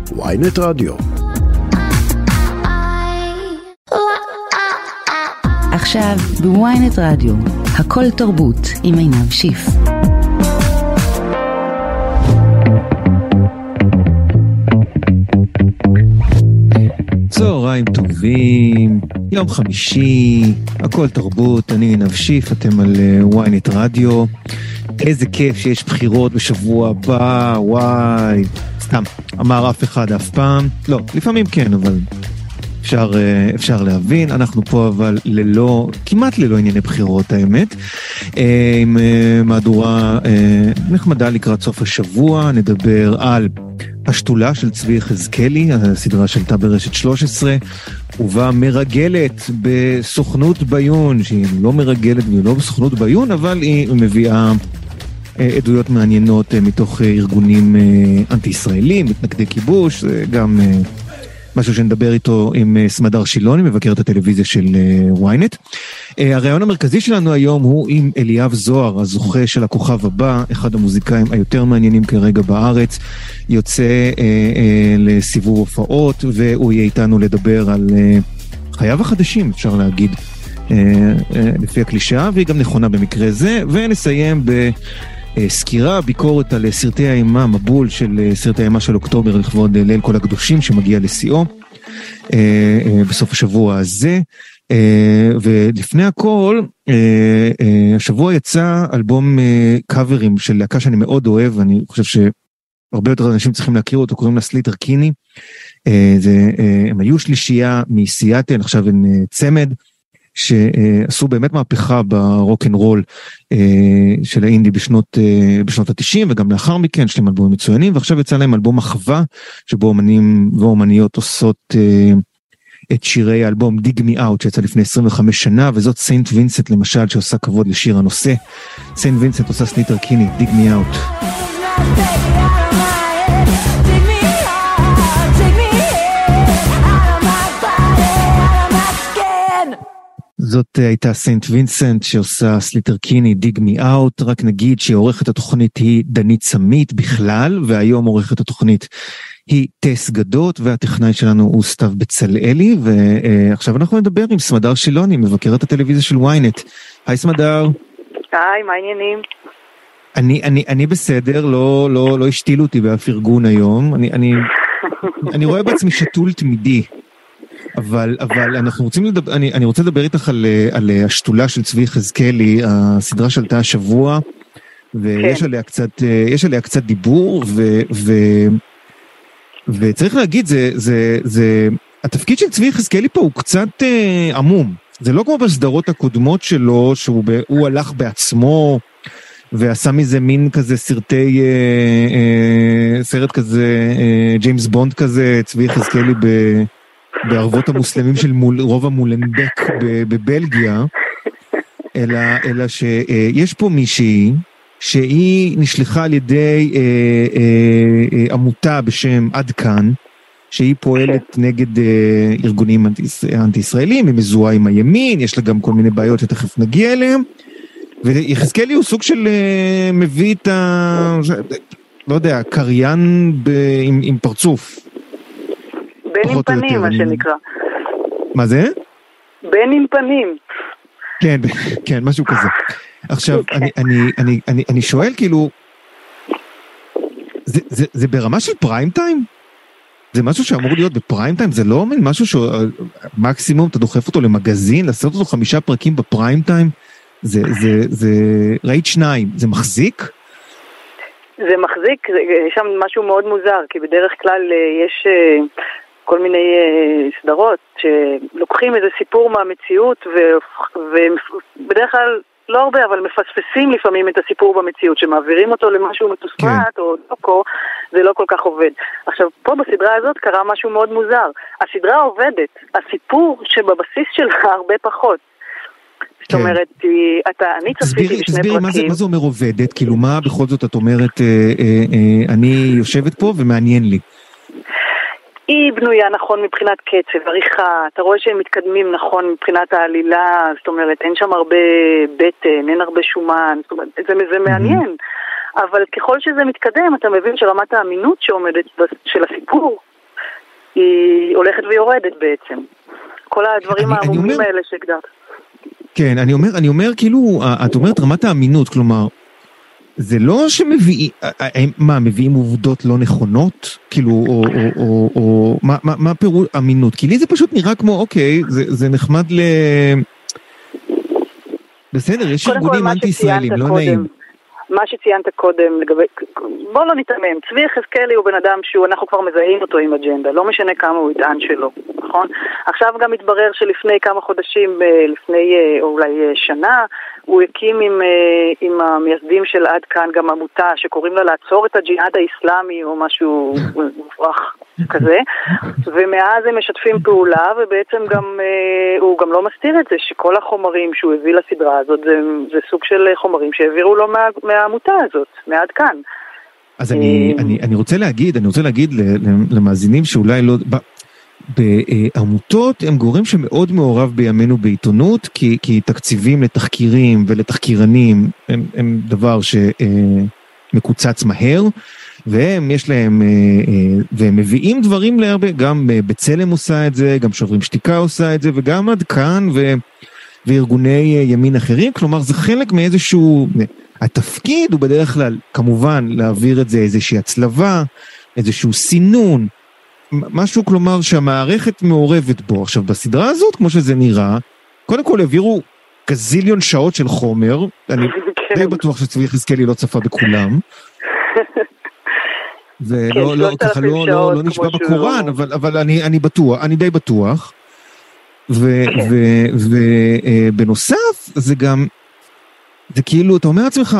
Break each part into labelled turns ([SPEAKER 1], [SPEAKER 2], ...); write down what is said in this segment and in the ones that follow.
[SPEAKER 1] ynet רדיו.
[SPEAKER 2] עכשיו בוויינט רדיו, הכל תרבות עם עינב שיף.
[SPEAKER 3] צהריים טובים, יום חמישי, הכל תרבות, אני עינב שיף, אתם על ynet רדיו. איזה כיף שיש בחירות בשבוע הבא, וואי, סתם, אמר אף אחד אף פעם, לא, לפעמים כן, אבל אפשר להבין, אנחנו פה אבל כמעט ללא ענייני בחירות האמת, עם מהדורה נחמדה לקראת סוף השבוע, נדבר על השתולה של צבי חזקאלי, הסדרה שלתה ברשת 13, ובה מרגלת בסוכנות ביון, שהיא לא מרגלת והיא לא בסוכנות ביון, אבל היא מביאה עדויות מעניינות מתוך ארגונים אנטי-ישראלים, מתנגדי כיבוש, גם משהו שנדבר איתו עם סמדר שילוני, מבקרת הטלוויזיה של ynet. הרעיון המרכזי שלנו היום הוא עם אליאב זוהר, הזוכה של הכוכב הבא, אחד המוזיקאים היותר מעניינים כרגע בארץ, יוצא לסיבוב הופעות, והוא יהיה איתנו לדבר על חייו החדשים, אפשר להגיד, לפי הקלישאה, והיא גם נכונה במקרה זה, ונסיים סקירה, ביקורת על סרטי האימה, מבול של סרטי האימה של אוקטובר לכבוד ליל כל הקדושים שמגיע לשיאו בסוף השבוע הזה. ולפני הכל, השבוע יצא אלבום קאברים של להקה שאני מאוד אוהב, אני חושב שהרבה יותר אנשים צריכים להכיר אותו, קוראים לה סליטר קיני. הם היו שלישייה מסיאטל, עכשיו הם צמד, שעשו באמת מהפכה ברוק אנד רול של האינדי בשנות ה-90, וגם לאחר מכן יש להם אלבומים מצוינים, ועכשיו יצא להם אלבום אחווה, שבו אומנים ואומניות עושות את שירי האלבום Dig Me Out, שיצא לפני 25 שנה, וזאת סיינט וינסנט למשל, שעושה כבוד לשיר הנושא. סיינט וינסנט עושה סליטר קיני, Dig Me Out. זאת הייתה סיינט וינסנט שעושה סליטר קיני, דיג מי אאוט. רק נגיד שעורכת התוכנית היא דנית סמית בכלל, והיום עורכת התוכנית היא טס גדות, והטכנאי שלנו הוא סתיו בצלאלי, ועכשיו אנחנו נדבר עם סמדר שילוני, מבקרת הטלוויזיה של ynet. היי סמדר.
[SPEAKER 4] היי, מה העניינים?
[SPEAKER 3] אני בסדר, לא השתילו אותי באף ארגון היום, אני רואה בעצמי שתול תמידי. אבל אנחנו רוצים אני רוצה לדבר איתך על השתולה של צבי חזקאלי, הסדרה שלתה השבוע, ויש עליה קצת דיבור, וצריך להגיד, התפקיד של צבי חזקאלי פה הוא קצת עמום. זה לא כמו בסדרות הקודמות שלו, שהוא הלך בעצמו, ועשה מזה מין כזה סרט כזה, ג'יימס בונד כזה, צבי חזקאלי בערבות המוסלמים של רובע מולנבק בבלגיה, אלא שיש פה מישהי שהיא נשלחה על ידי עמותה בשם עד כאן, שהיא פועלת נגד ארגונים אנטי-ישראלים, היא מזוהה עם הימין, יש לה גם כל מיני בעיות שתכף נגיע אליהם, וחזקאלי הוא סוג של מביא את לא יודע, קריין עם פרצוף.
[SPEAKER 4] בן עם פנים, מה שנקרא.
[SPEAKER 3] מה זה?
[SPEAKER 4] בן עם פנים.
[SPEAKER 3] כן, משהו כזה. עכשיו, אני שואל, כאילו, זה ברמה של פריים טיים? זה משהו שאמור להיות בפריים טיים? זה לא אומר משהו שמקסימום אתה דוחף אותו למגזין, לעשות אותו 5 פרקים בפריים טיים? ראית 2, זה מחזיק?
[SPEAKER 4] זה מחזיק, יש שם משהו מאוד מוזר, כי בדרך כלל יש כל מיני סדרות שלוקחים איזה סיפור מהמציאות ובדרך כלל לא הרבה, אבל מפספסים לפעמים את הסיפור במציאות, שמעבירים אותו למשהו מתוספת או דוקו, זה לא כל כך עובד. עכשיו, פה בסדרה הזאת קרה משהו מאוד מוזר. הסדרה עובדת, הסיפור שבבסיס שלה הרבה פחות. זאת אומרת, אני צפיתי בשני פרקים.
[SPEAKER 3] תסבירי, מה זה אומר עובדת? כאילו, מה בכל זאת את אומרת, אני יושבת פה ומעניין לי?
[SPEAKER 4] היא בנויה נכון מבחינת קצב, עריכה, אתה רואה שהם מתקדמים נכון מבחינת העלילה, זאת אומרת, אין שם הרבה בטן, אין הרבה שומן, זאת אומרת, זה מעניין. אבל ככל שזה מתקדם, אתה מבין שרמת האמינות שעומדת של הסיפור היא הולכת ויורדת בעצם. כל הדברים העמומים האלה שהגדרת.
[SPEAKER 3] כן, אני אומר כאילו, את אומרת רמת האמינות, כלומר, זה לא שמביאים, מביאים עובדות לא נכונות? כאילו, או מה פירוש אמינות? כי לי זה פשוט נראה כמו, אוקיי, זה נחמד בסדר, יש ארגונים אנטי-ישראלים, לא נעים.
[SPEAKER 4] מה שציינת קודם לגבי, בוא לא נתאמם, צבי יחזקאלי הוא בן אדם אנחנו כבר מזהים אותו עם אג'נדה, לא משנה כמה הוא יטען שלו, נכון? עכשיו גם מתברר שלפני כמה חודשים, לפני אולי שנה, הוא הקים עם המייסדים של עד כאן גם עמותה שקוראים לה לעצור את הג'יהאד האסלאמי או משהו מופרך כזה, ומאז הם משתפים פעולה, ובעצם גם הוא גם לא מסתיר את זה, שכל החומרים שהוא הביא לסדרה הזאת זה סוג של חומרים שהעבירו לו מהעמותה הזאת, מעד כאן.
[SPEAKER 3] אז אני רוצה להגיד למאזינים שאולי לא, בעמותות הם גורם שמאוד מעורב בימינו בעיתונות, כי תקציבים לתחקירים ולתחקירנים הם דבר שמקוצץ מהר, והם יש להם, והם מביאים דברים להרבה, גם בצלם עושה את זה, גם שוברים שתיקה עושה את זה, וגם עד כאן, וארגוני ימין אחרים, כלומר זה חלק מאיזשהו, התפקיד הוא בדרך כלל, כמובן, להעביר את זה איזושהי הצלבה, איזשהו סינון, משהו כלומר שהמערכת מעורבת בו. עכשיו בסדרה הזאת, כמו שזה נראה, קודם כל העבירו גזיליון שעות של חומר, אני די בטוח שצבי יחזקאלי לא צפה בכולם, ולא ככה לא נשבע בקוראן, אבל אני די בטוח, ובנוסף זה גם, זה כאילו, אתה אומר לעצמך,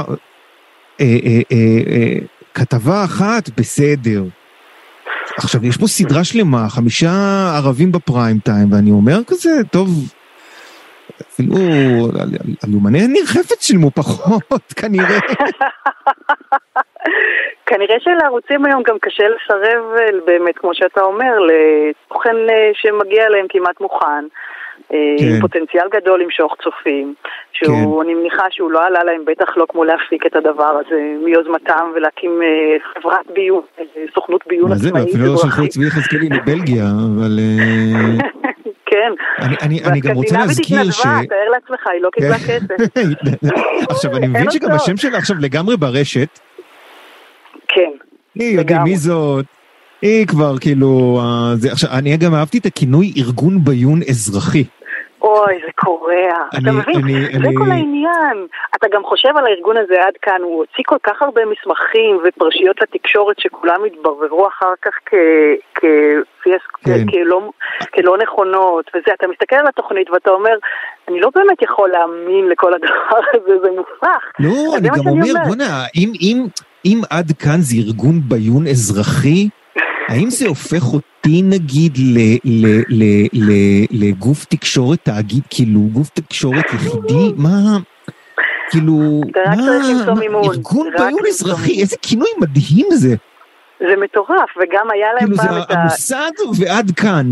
[SPEAKER 3] כתבה אחת בסדר, עכשיו יש פה סדרה שלמה, 5 ערבים בפריים טיים, ואני אומר כזה, טוב, אפילו על יומני נרחפת שילמו פחות, כנראה.
[SPEAKER 4] כנראה שלערוצים היום גם קשה לסרב באמת, כמו שאתה אומר, לתוכן שמגיע להם כמעט מוכן, עם פוטנציאל גדול למשוך צופים, אני מניחה שהוא לא עלה להם בטח לא כמו להפיק את הדבר הזה מיוזמתם ולהקים חברת ביון, סוכנות ביון עצמאית.
[SPEAKER 3] מה זה? אפילו לא שלחו את צבי יחזקאלי לבלגיה, אבל...
[SPEAKER 4] כן.
[SPEAKER 3] אני גם רוצה להזכיר ש...
[SPEAKER 4] תאר לעצמך, היא לא קיבלה כסף.
[SPEAKER 3] עכשיו, אני מבין שגם השם שלה עכשיו לגמרי ברשת.
[SPEAKER 4] כן.
[SPEAKER 3] היא יודעים מי זאת. היא כבר כאילו... עכשיו, אני גם אהבתי את הכינוי ארגון ביון אזרחי.
[SPEAKER 4] אוי, זה קורע. אתה מבין? זה כל העניין. אתה גם חושב על הארגון הזה עד כאן, הוא הוציא כל כך הרבה מסמכים ופרשיות לתקשורת שכולם התבררו אחר כך כלא נכונות, וזה, אתה מסתכל על התוכנית ואתה אומר, אני לא באמת יכול להאמין לכל הדבר הזה, זה מופך.
[SPEAKER 3] לא, אני גם אומר, בונה, אם עד כאן זה ארגון ביון אזרחי, האם זה הופך אותי נגיד לגוף תקשורת תאגיד, כאילו גוף תקשורת יחידי? מה, כאילו, ארגון ביון אזרחי, איזה כינוי מדהים זה.
[SPEAKER 4] זה מטורף, וגם היה להם
[SPEAKER 3] פעם את המוסד ועד כאן.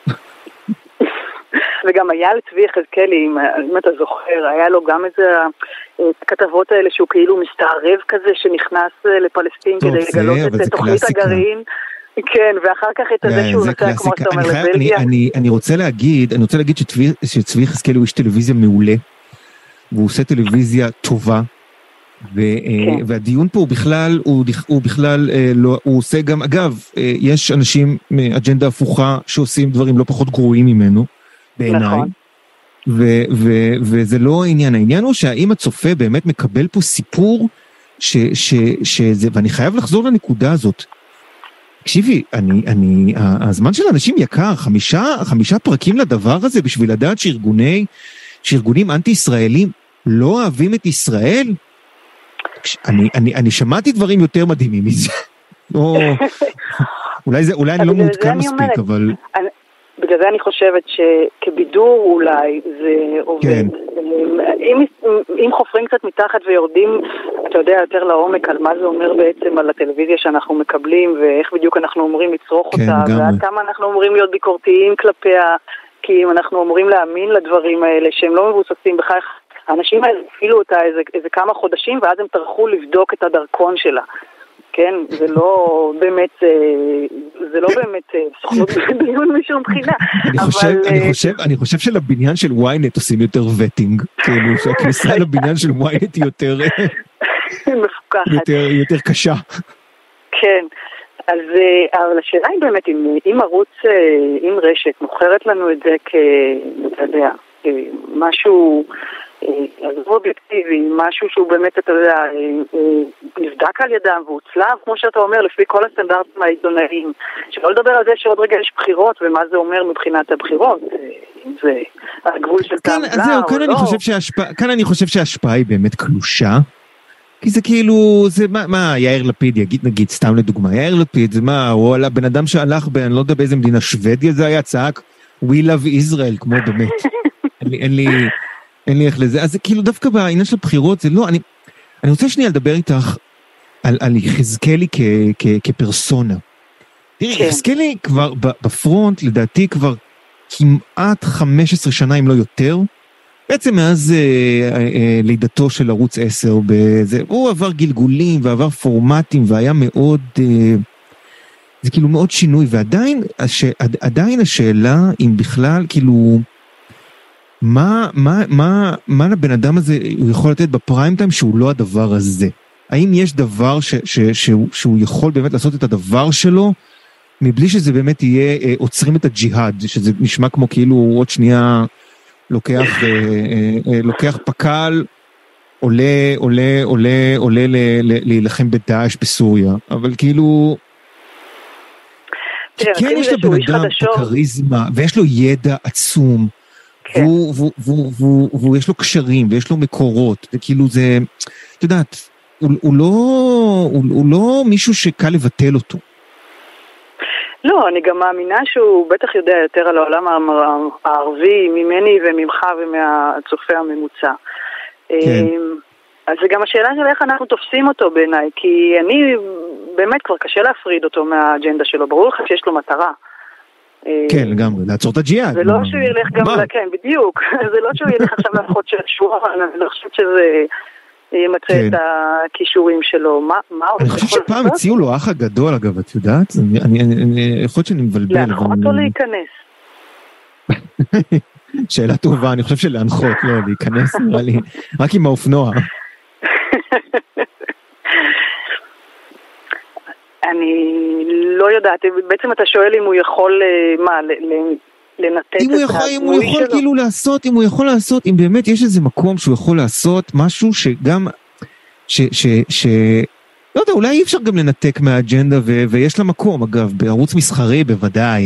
[SPEAKER 4] וגם היה לצבי יחזקאלי, אם אתה זוכר, היה לו גם איזה כתבות האלה שהוא כאילו מסתערב כזה שנכנס לפלסטין כדי לגלות את תוכנית הגרעין. כן, ואחר כך את זה שהוא נוסע כמו שאתה אומר לבלגיה.
[SPEAKER 3] אני רוצה להגיד שצבי יחזקאלי הוא איש טלוויזיה מעולה, והוא עושה טלוויזיה טובה, והדיון פה הוא בכלל, הוא עושה גם, אגב, יש אנשים מאג'נדה הפוכה שעושים דברים לא פחות גרועים ממנו, בעיניי, וזה לא העניין, העניין הוא שהאם הצופה באמת מקבל פה סיפור, ואני חייב לחזור לנקודה הזאת, תקשיבי, הזמן של אנשים יקר, 5 פרקים לדבר הזה, בשביל לדעת שארגונים אנטי-ישראלים לא אוהבים את ישראל, אני שמעתי דברים יותר מדהימים מזה. אולי אני לא מעודכן מספיק, אבל...
[SPEAKER 4] בגלל זה אני חושבת שכבידור אולי זה עובד. אם חופרים קצת מתחת ויורדים, אתה יודע, יותר לעומק על מה זה אומר בעצם על הטלוויזיה שאנחנו מקבלים, ואיך בדיוק אנחנו אומרים לצרוך אותה, ועד כמה אנחנו אומרים להיות ביקורתיים כלפיה, כי אם אנחנו אומרים להאמין לדברים האלה, שהם לא מבוססים בכך, האנשים האלה הפעילו אותה איזה כמה חודשים, ואז הם טרחו לבדוק את הדרכון שלה. כן, זה לא באמת, זה לא באמת סוכנות דיון משום בחינה.
[SPEAKER 3] אני חושב שלבניין של ynet עושים יותר וטינג, כאילו שהכניסה לבניין של ynet היא יותר
[SPEAKER 4] מפוקחת.
[SPEAKER 3] יותר קשה.
[SPEAKER 4] כן, אבל השאלה היא באמת, אם ערוץ, אם רשת מוכרת לנו את זה אתה יודע, משהו אובייקטיבי, משהו שהוא באמת, אתה יודע, נבדק על ידם והוצלב, כמו שאתה אומר, לפי כל הסטנדרטים העיתונאיים. שלא לדבר על זה שעוד רגע יש בחירות, ומה זה אומר מבחינת הבחירות, אם זה הגבול של תעמולה או לא.
[SPEAKER 3] כאן אני חושב שההשפעה היא באמת קלושה, כי זה כאילו, זה מה, יאיר לפיד יגיד, נגיד, סתם לדוגמה, יאיר לפיד, זה מה, הוא עלה, בן אדם שהלך אני לא יודע באיזה מדינה, שוודיה זה היה, צעק, We love Israel, כמו באמת. אין לי איך לזה, אז זה כאילו דווקא בעניין של הבחירות, זה לא, אני רוצה שנייה לדבר איתך על יחזקאלי כפרסונה. תראי, יחזקאלי כבר בפרונט, לדעתי כבר כמעט 15 שנה, אם לא יותר, בעצם מאז לידתו של ערוץ 10, הוא עבר גלגולים ועבר פורמטים, והיה מאוד, זה כאילו מאוד שינוי, ועדיין השאלה, אם בכלל, כאילו, מה לבן אדם הזה הוא יכול לתת בפריים טיים שהוא לא הדבר הזה? האם יש דבר שהוא יכול באמת לעשות את הדבר שלו, מבלי שזה באמת יהיה עוצרים את הג'יהאד, שזה נשמע כמו כאילו עוד שנייה לוקח פקל, עולה להילחם בדאעש בסוריה, אבל כאילו, כן יש לבן אדם כריזמה, ויש לו ידע עצום, והוא יש לו קשרים, ויש לו מקורות, וכאילו זה, את יודעת, הוא לא מישהו שקל לבטל אותו.
[SPEAKER 4] לא, אני גם מאמינה שהוא בטח יודע יותר על העולם הערבי ממני וממך ומהצופה הממוצע. כן. אז זה גם השאלה של איך אנחנו תופסים אותו בעיניי, כי אני באמת כבר קשה להפריד אותו מהאג'נדה שלו, ברור לך שיש לו מטרה.
[SPEAKER 3] כן, לגמרי, לעצור את הג'יהאד.
[SPEAKER 4] זה לא שהוא ילך גם, כן, בדיוק, זה לא שהוא ילך עכשיו להנחות של שורה, אני לא חושבת שזה ימצא את הכישורים שלו.
[SPEAKER 3] אני חושב שפעם הציעו לו האח הגדול, אגב, את יודעת? אני חושב שאני מבלבל.
[SPEAKER 4] להנחות או להיכנס?
[SPEAKER 3] שאלה טובה, אני חושב שלהנחות, לא, להיכנס, נראה לי, רק עם האופנוע.
[SPEAKER 4] אני לא יודעת, בעצם אתה שואל אם הוא יכול, לנתק את
[SPEAKER 3] הוא יכול כאילו לעשות, אם הוא יכול לעשות, אם באמת יש איזה מקום שהוא יכול לעשות משהו שגם, לא יודע, אולי אי אפשר גם לנתק מהאג'נדה, ויש לה מקום, אגב, בערוץ מסחרי בוודאי,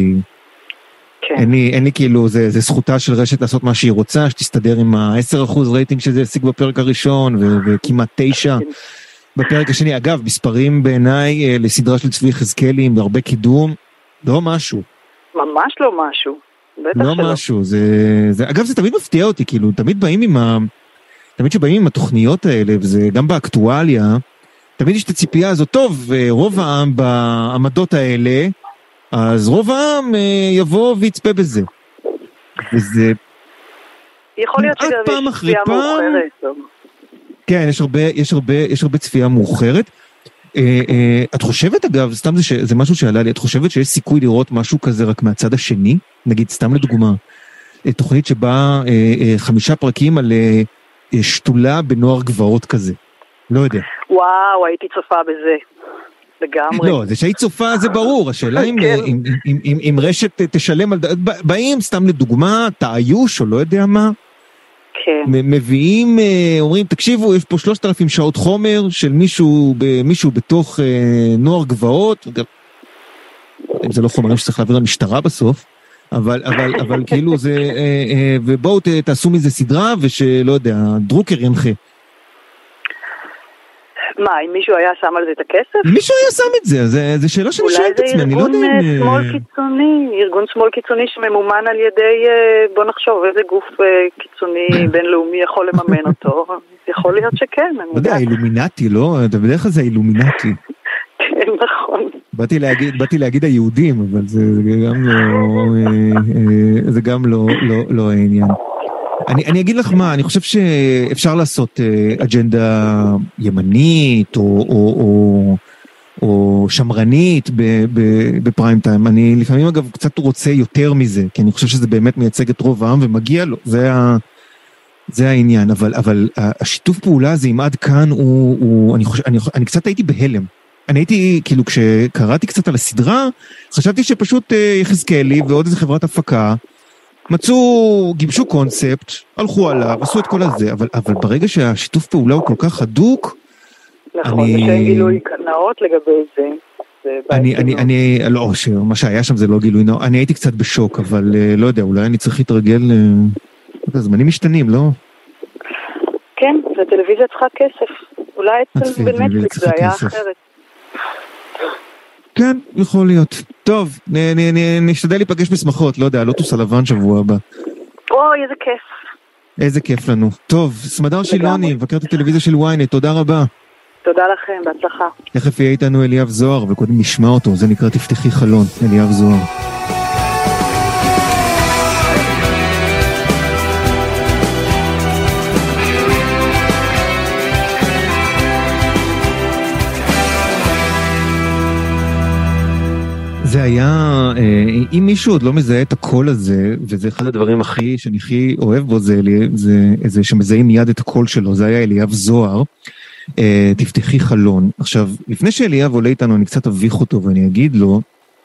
[SPEAKER 3] אין לי כאילו, זה זכותה של רשת לעשות מה שהיא רוצה, שתסתדר עם ה-10% רייטינג שזה השיג בפרק הראשון, וכמעט 9 בפרק השני. אגב, מספרים בעיניי לסדרה של צבי יחזקאלי עם הרבה קידום, לא משהו.
[SPEAKER 4] ממש לא משהו.
[SPEAKER 3] לא משהו. אגב, זה תמיד מפתיע אותי, כאילו, תמיד שבאים עם התוכניות האלה, וזה גם באקטואליה, תמיד יש את הציפייה הזאת, טוב, רוב העם בעמדות האלה, אז רוב העם יבוא ויצפה בזה. וזה
[SPEAKER 4] יכול להיות שגם יש צפייה מאוחרת.
[SPEAKER 3] כן, יש הרבה צפייה מאוחרת. את חושבת, אגב, סתם זה משהו שעלה לי, את חושבת שיש סיכוי לראות משהו כזה רק מהצד השני? נגיד, סתם לדוגמה, תוכנית שבה 5 פרקים על שתולה בנוער גבעות כזה. לא יודע.
[SPEAKER 4] וואו, הייתי צופה בזה. לגמרי.
[SPEAKER 3] לא, זה שהיא צופה זה ברור, השאלה אם רשת תשלם על, באים סתם לדוגמה, תאיוש או לא יודע מה, מביאים, אומרים, תקשיבו, יש פה 3,000 שעות חומר של מישהו בתוך נוער גבעות, זה לא חומרים שצריך להעביר למשטרה בסוף, אבל כאילו זה, ובואו תעשו מזה סדרה, ושלא יודע, דרוקר ינחה.
[SPEAKER 4] מה, אם מישהו היה שם על זה את הכסף?
[SPEAKER 3] מישהו היה שם את זה, זה שאלה שאני שואל את עצמי, אני לא יודע אם...
[SPEAKER 4] אולי זה ארגון שמאל קיצוני שממומן על ידי, בוא נחשוב, איזה גוף קיצוני בינלאומי יכול לממן אותו, יכול להיות שכן.
[SPEAKER 3] לא יודע, האילומינטי, לא? בדרך כלל זה האילומינטי.
[SPEAKER 4] כן, נכון.
[SPEAKER 3] באתי להגיד היהודים, אבל זה גם לא העניין. אני אגיד לך מה, אני חושב שאפשר לעשות אג'נדה ימנית, או שמרנית בפריים טיים. אני לפעמים אגב קצת רוצה יותר מזה, כי אני חושב שזה באמת מייצג את רוב העם ומגיע לו, זה העניין, אבל השיתוף פעולה הזה עם עד כאן אני קצת הייתי בהלם. אני הייתי, כאילו כשקראתי קצת על הסדרה, חשבתי שפשוט יחזקאלי ועוד איזה חברת הפקה, גיבשו קונספט, הלכו עליו, עשו את כל הזה, אבל ברגע שהשיתוף פעולה הוא כל כך הדוק,
[SPEAKER 4] נכון, ושאין גילוי נאות לגבי זה.
[SPEAKER 3] לא, מה שהיה שם זה לא גילוי נאות, אני הייתי קצת בשוק, אבל לא יודע, אולי אני צריך להתרגל, זמנים משתנים, לא?
[SPEAKER 4] כן, והטלוויזיה צריכה כסף, אולי אצל בנטפליקס זה היה אחרת.
[SPEAKER 3] כן, יכול להיות. טוב, נשתדל להיפגש בשמחות, לא יודע, לוטוס הלבן שבוע הבא.
[SPEAKER 4] אוי, איזה כיף.
[SPEAKER 3] איזה כיף לנו. טוב, סמדר שילוני, מבקרת הטלוויזיה של ynet, תודה רבה.
[SPEAKER 4] תודה לכם, בהצלחה.
[SPEAKER 3] תכף יהיה איתנו אליאב זוהר, וקודם נשמע אותו, זה נקרא תפתחי חלון, אליאב זוהר. זה היה, אם מישהו עוד לא מזהה את הקול הזה, וזה אחד הדברים שאני הכי אוהב בו, זה שמזהים מיד את הקול שלו, זה היה אליאב זוהר, תפתחי חלון. עכשיו, לפני שאליאב עולה איתנו, אני קצת אביך אותו ואני אגיד לו,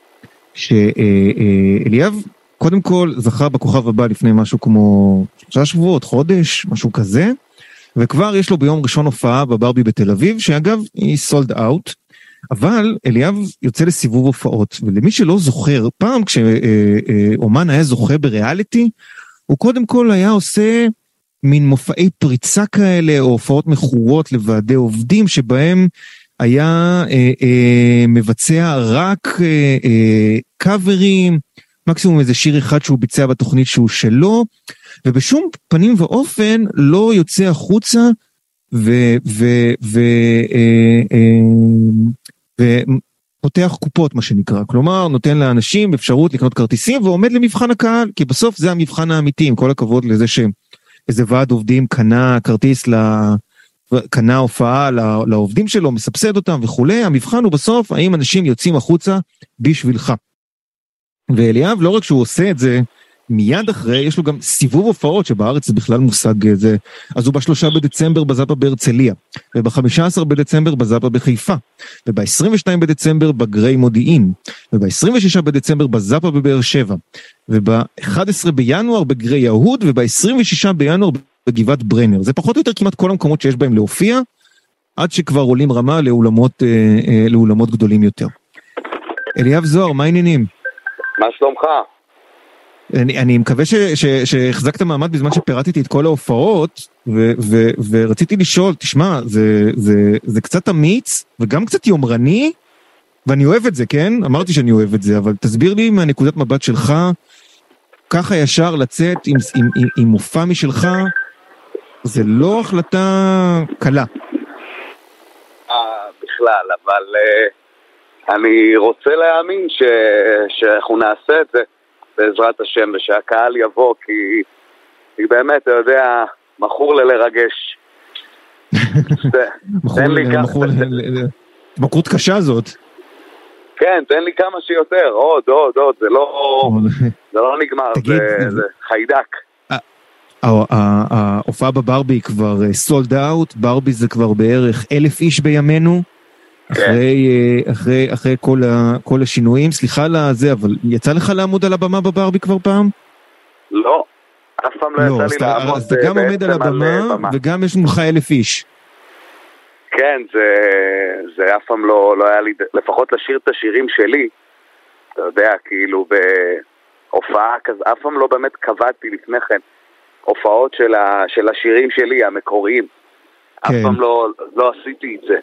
[SPEAKER 3] שאליאב קודם כל זכה בכוכב הבא לפני משהו כמו 3 שבועות, חודש, משהו כזה, וכבר יש לו ביום ראשון הופעה בברבי בתל אביב, שאגב היא סולד אאוט, אבל אליאב יוצא לסיבוב הופעות, ולמי שלא זוכר, פעם כשאומן היה זוכה בריאליטי, הוא קודם כל היה עושה מין מופעי פריצה כאלה, או הופעות מכורות לוועדי עובדים, שבהם היה מבצע רק קאברים, מקסימום איזה שיר אחד שהוא ביצע בתוכנית שהוא שלו, ובשום פנים ואופן לא יוצא החוצה, ופותח קופות מה שנקרא, כלומר נותן לאנשים אפשרות לקנות כרטיסים ועומד למבחן הקהל, כי בסוף זה המבחן האמיתי, עם כל הכבוד לזה שאיזה ועד עובדים קנה כרטיס, קנה הופעה לעובדים שלו, מסבסד אותם וכולי, המבחן הוא בסוף האם אנשים יוצאים החוצה בשבילך. ואליאב לא רק שהוא עושה את זה מיד אחרי, יש לו גם סיבוב הופעות שבארץ זה בכלל מושג זה, אז הוא ב3 בדצמבר בזאפה בהרצליה, וב15 בדצמבר בזאפה בחיפה, וב22 בדצמבר בגרי מודיעין, וב26 בדצמבר בזאפה בבאר שבע, וב11 בינואר בגרי יהוד, וב26 בינואר בגבעת ברנר. זה פחות או יותר כמעט כל המקומות שיש בהם להופיע, עד שכבר עולים רמה לאולמות גדולים יותר. אליאב זוהר, מה העניינים?
[SPEAKER 1] מה שלומך?
[SPEAKER 3] אני מקווה שהחזקת מעמד בזמן שפירטתי את כל ההופעות, ורציתי לשאול, תשמע, זה קצת אמיץ, וגם קצת יומרני, ואני אוהב את זה, כן? אמרתי שאני אוהב את זה, אבל תסביר לי מהנקודת מבט שלך, ככה ישר לצאת עם מופע משלך, זה לא החלטה קלה.
[SPEAKER 1] בכלל, אבל אני רוצה להאמין שאנחנו נעשה את זה, בעזרת השם, ושהקהל יבוא, כי באמת, אתה יודע, מכור ללרגש.
[SPEAKER 3] התמכרות קשה זאת.
[SPEAKER 1] כן, תן לי כמה שיותר, עוד, זה לא נגמר, זה חיידק.
[SPEAKER 3] ההופעה בברבי כבר סולד אאוט, ברבי זה כבר בערך 1,000 איש בימינו, אחרי כל השינויים. סליחה לזה, אבל יצא לך לעמוד על הבמה בברבי כבר פעם?
[SPEAKER 1] לא, אף פעם לא יצא לי לעמוד.
[SPEAKER 3] אז אתה גם עומד על הבמה, וגם יש מולך 1,000 איש.
[SPEAKER 1] כן, זה אף פעם לא היה לי, לפחות לשיר את השירים שלי, אתה יודע, כאילו בהופעה כזה, אף פעם לא באמת קבעתי לפני כן, הופעות של השירים שלי, המקוריים. אף פעם לא עשיתי את זה.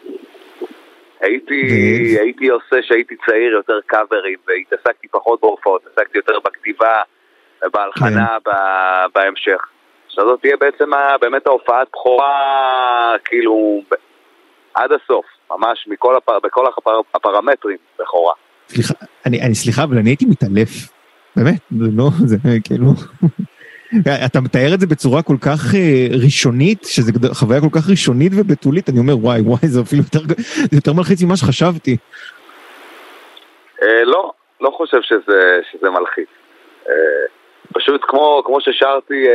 [SPEAKER 1] הייתי עושה שהייתי צעיר יותר קאברים, והתעסקתי פחות בהופעות, התעסקתי יותר בכתיבה ובהלחנה בהמשך. שזאת תהיה בעצם באמת ההופעת בכורה, כאילו, עד הסוף, ממש בכל הפרמטרים בכורה.
[SPEAKER 3] סליחה, אבל אני הייתי מתעלף, באמת, זה כאילו... אתה מתאר את זה בצורה כל כך ראשונית, שזה חוויה כל כך ראשונית ובתולית, אני אומר וואי, זה אפילו יותר מלחיץ ממה שחשבתי.
[SPEAKER 1] לא חושב שזה מלחיץ. פשוט כמו ששרתי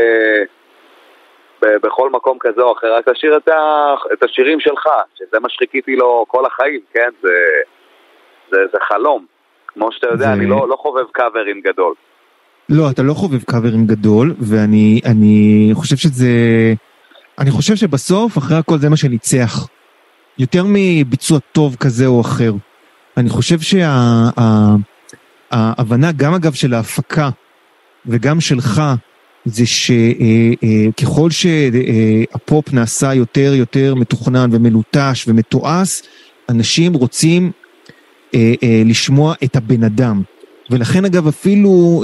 [SPEAKER 1] בכל מקום כזה או אחר, רק לשיר את השירים שלך, שזה מה שחיכיתי לו כל החיים, כן? זה חלום. כמו שאתה יודע, אני לא חובב קאברים גדול.
[SPEAKER 3] לא, אתה לא חובב קאברים גדול, ואני חושב אני חושב שבסוף, אחרי הכל זה מה שניצח. יותר מביצוע טוב כזה או אחר. אני חושב שההבנה גם אגב של ההפקה, וגם שלך, זה שככל שהפופ נעשה יותר מתוכנן ומלוטש ומתועש, אנשים רוצים לשמוע את הבן אדם. ולכן אגב אפילו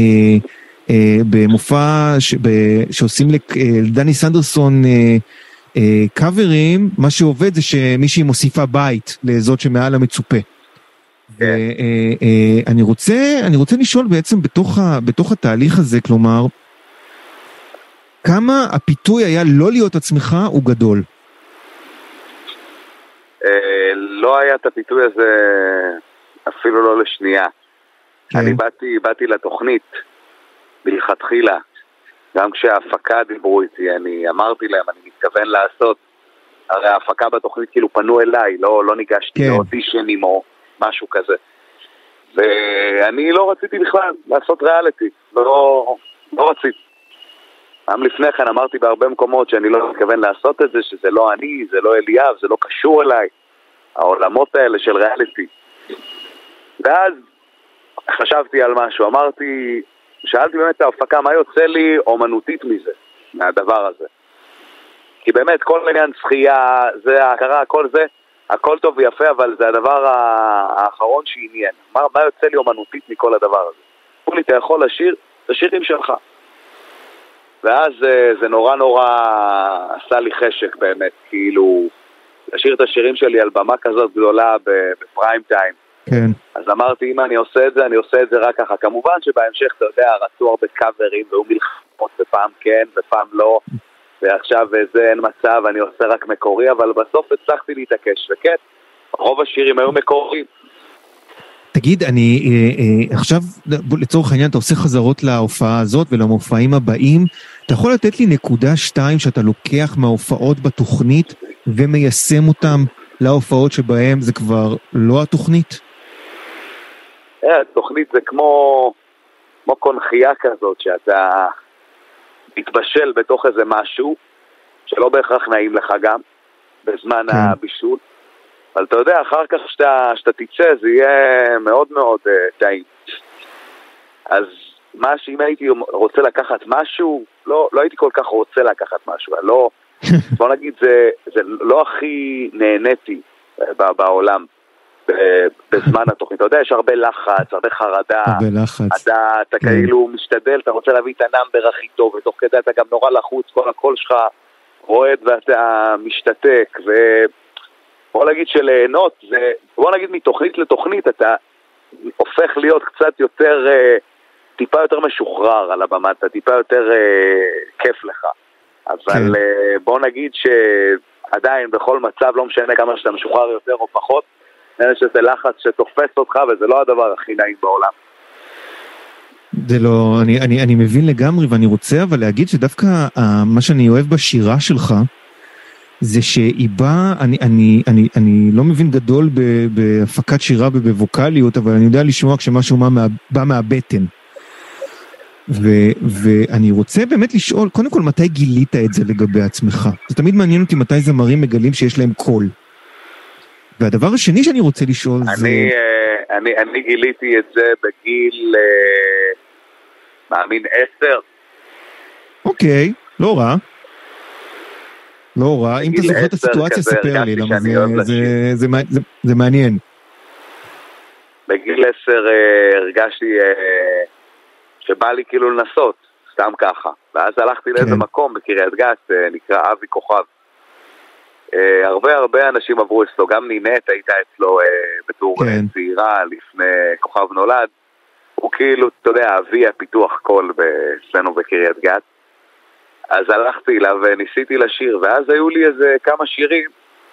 [SPEAKER 3] במופע שעושים לדני סנדרסון קאברים, מה שעובד זה שמישהי מוסיפה בית לזאת שמעל המצופה. אני רוצה לשאול בעצם בתוך התהליך הזה, כלומר, כמה הפיתוי היה לא להיות עצמך הוא גדול?
[SPEAKER 1] לא היה את הפיתוי הזה אפילו לא לשנייה. אני באתי לתוכנית מלכתחילה, גם כשההפקה דיברו איתי, אני אמרתי להם, אני מתכוון לעשות, הרי ההפקה בתוכנית כאילו פנו אליי, לא ניגשתי לאודישנים או משהו כזה. ואני לא רציתי בכלל לעשות ריאליטי, לא רציתי. גם לפני כן אמרתי בהרבה מקומות שאני לא מתכוון לעשות את זה, שזה לא אני, זה לא אליאב, זה לא קשור אליי, העולמות האלה של ריאליטי. ואז חשבתי על משהו, שאלתי באמת ההפקה, מה יוצא לי אומנותית מזה, מהדבר הזה. כי באמת כל עניין שחייה, זה ההכרה, כל זה, הכל טוב ויפה, אבל זה הדבר האחרון שעניין. מה יוצא לי אומנותית מכל הדבר הזה? פולי, אתה יכול לשיר את השירים שלך. ואז זה נורא עשה לי חשק באמת, כאילו, לשיר את השירים שלי על במה כזאת גדולה בפריים טיים.
[SPEAKER 3] כן.
[SPEAKER 1] אז אמרתי, אם אני עושה את זה, אני עושה את זה רק ככה. כמובן שבהמשך, אתה יודע, רצו הרבה קאברים, והיו מלחמות, ופעם כן, ופעם לא, ועכשיו זה אין מצב, אני עושה רק מקורי, אבל בסוף הצלחתי להתעקש, וכן, רוב השירים היו מקוריים.
[SPEAKER 3] תגיד, עכשיו, לצורך העניין, אתה עושה חזרות להופעה הזאת ולמופעים הבאים, אתה יכול לתת לי נקודה 2 שאתה לוקח מההופעות בתוכנית ומיישם אותם להופעות שבהם זה כבר לא התוכנית?
[SPEAKER 1] התוכנית זה כמו קונחייה כזאת, שאתה מתבשל בתוך איזה משהו, שלא בהכרח נעים לך גם, בזמן הבישול, אבל אתה יודע, אחר כך שאתה תצא, זה יהיה מאוד טעים. אז אם הייתי רוצה לקחת משהו, לא הייתי כל כך רוצה לקחת משהו, בוא נגיד, זה לא הכי נהניתי בעולם בזמן התוכנית. אתה יודע, יש הרבה לחץ, הרבה חרדה. אתה כאילו משתדל, אתה רוצה להביא את הנאמבר הכי טוב, ותוך כדי אתה גם נורא לחוץ, כל הקול שלך רועד ואתה משתתק, ובוא נגיד שליהנות, בוא נגיד מתוכנית לתוכנית, אתה הופך להיות קצת יותר, טיפה יותר משוחרר על הבמה, אתה טיפה יותר כיף לך. אבל בוא נגיד שעדיין בכל מצב, לא משנה כמה שאתה משוחרר יותר או פחות, יש איזה לחץ שתופס אותך, וזה לא הדבר הכי נעים בעולם.
[SPEAKER 3] זה לא, אני מבין לגמרי, ואני רוצה אבל להגיד שדווקא מה שאני אוהב בשירה שלך, זה שהיא באה, אני לא מבין גדול בהפקת שירה ובווקליות, אבל אני יודע לשמוע כשמשהו בא מהבטן. ואני רוצה באמת לשאול, קודם כל, מתי גילית את זה לגבי עצמך? זה תמיד מעניין אותי מתי זמרים מגלים שיש להם קול. והדבר השני שאני רוצה לשאול זה...
[SPEAKER 1] אני גיליתי את זה בגיל, מאמין 10.
[SPEAKER 3] אוקיי, לא רע. לא רע, אם אתה זוכר את הסיטואציה, ספר לי, למה זה מעניין.
[SPEAKER 1] בגיל 10 הרגשתי שבא לי כאילו לנסות, סתם ככה. ואז הלכתי לאיזה מקום בקריית גת, נקרא אבי כוכב. הרבה אנשים עברו אצלו, גם נינת הייתה אצלו בתור צעירה לפני כוכב נולד. הוא כאילו, אתה יודע, אבי הפיתוח קול אצלנו בקריית גת. אז הלכתי אליו וניסיתי לשיר, ואז היו לי איזה כמה שירים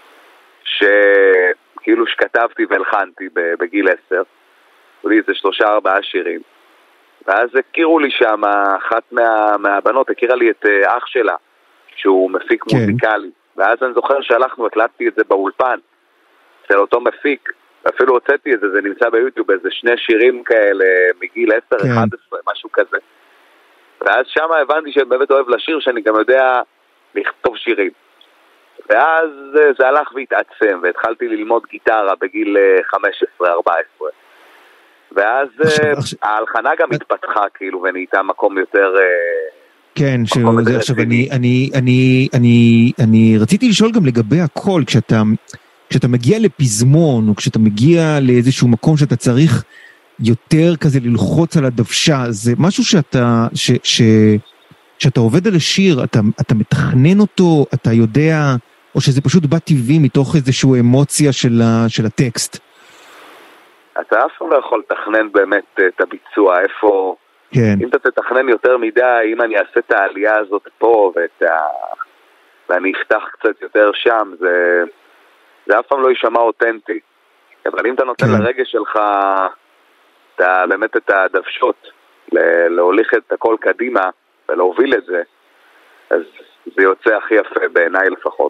[SPEAKER 1] שכאילו שכתבתי והלחנתי בגיל 10. היו לי איזה 3-4 שירים. ואז הכירו לי שם, אחת מהבנות הכירה לי את אח שלה, שהוא מפיק מוזיקלי. ואז אני זוכר שהלכנו, הקלטתי את זה באולפן, אצל אותו מפיק, ואפילו הוצאתי את זה, זה נמצא ביוטיוב, איזה 2 שירים כאלה, מגיל 10-11, משהו כזה. ואז שם הבנתי שאני באמת אוהב לשיר, שאני גם יודע לכתוב שירים. ואז זה הלך והתעצם, והתחלתי ללמוד גיטרה בגיל 15-14. ואז ההלחנה גם התפתחה, כאילו, ונהייתה מקום יותר...
[SPEAKER 3] כן, שזה עכשיו, אני רציתי לשאול גם לגבי הכל, כשאתה מגיע לפזמון, או כשאתה מגיע לאיזשהו מקום שאתה צריך יותר כזה ללחוץ על הדוושה, זה משהו שאתה עובד על השיר, אתה מתכנן אותו, אתה יודע, או שזה פשוט בא טבעי מתוך איזשהו אמוציה של הטקסט?
[SPEAKER 1] אתה אף פעם לא יכול לתכנן באמת את הביצוע, איפה... כן. אם אתה תתכנן יותר מדי, אם אני אעשה את העלייה הזאת פה, ואני אפתח קצת יותר שם, זה אף פעם לא יישמע אותנטי. אבל אם אתה נותן לרגש שלך, באמת את הדוושות, להוליך את הכל קדימה, ולהוביל את זה, אז זה יוצא הכי יפה בעיניי לפחות.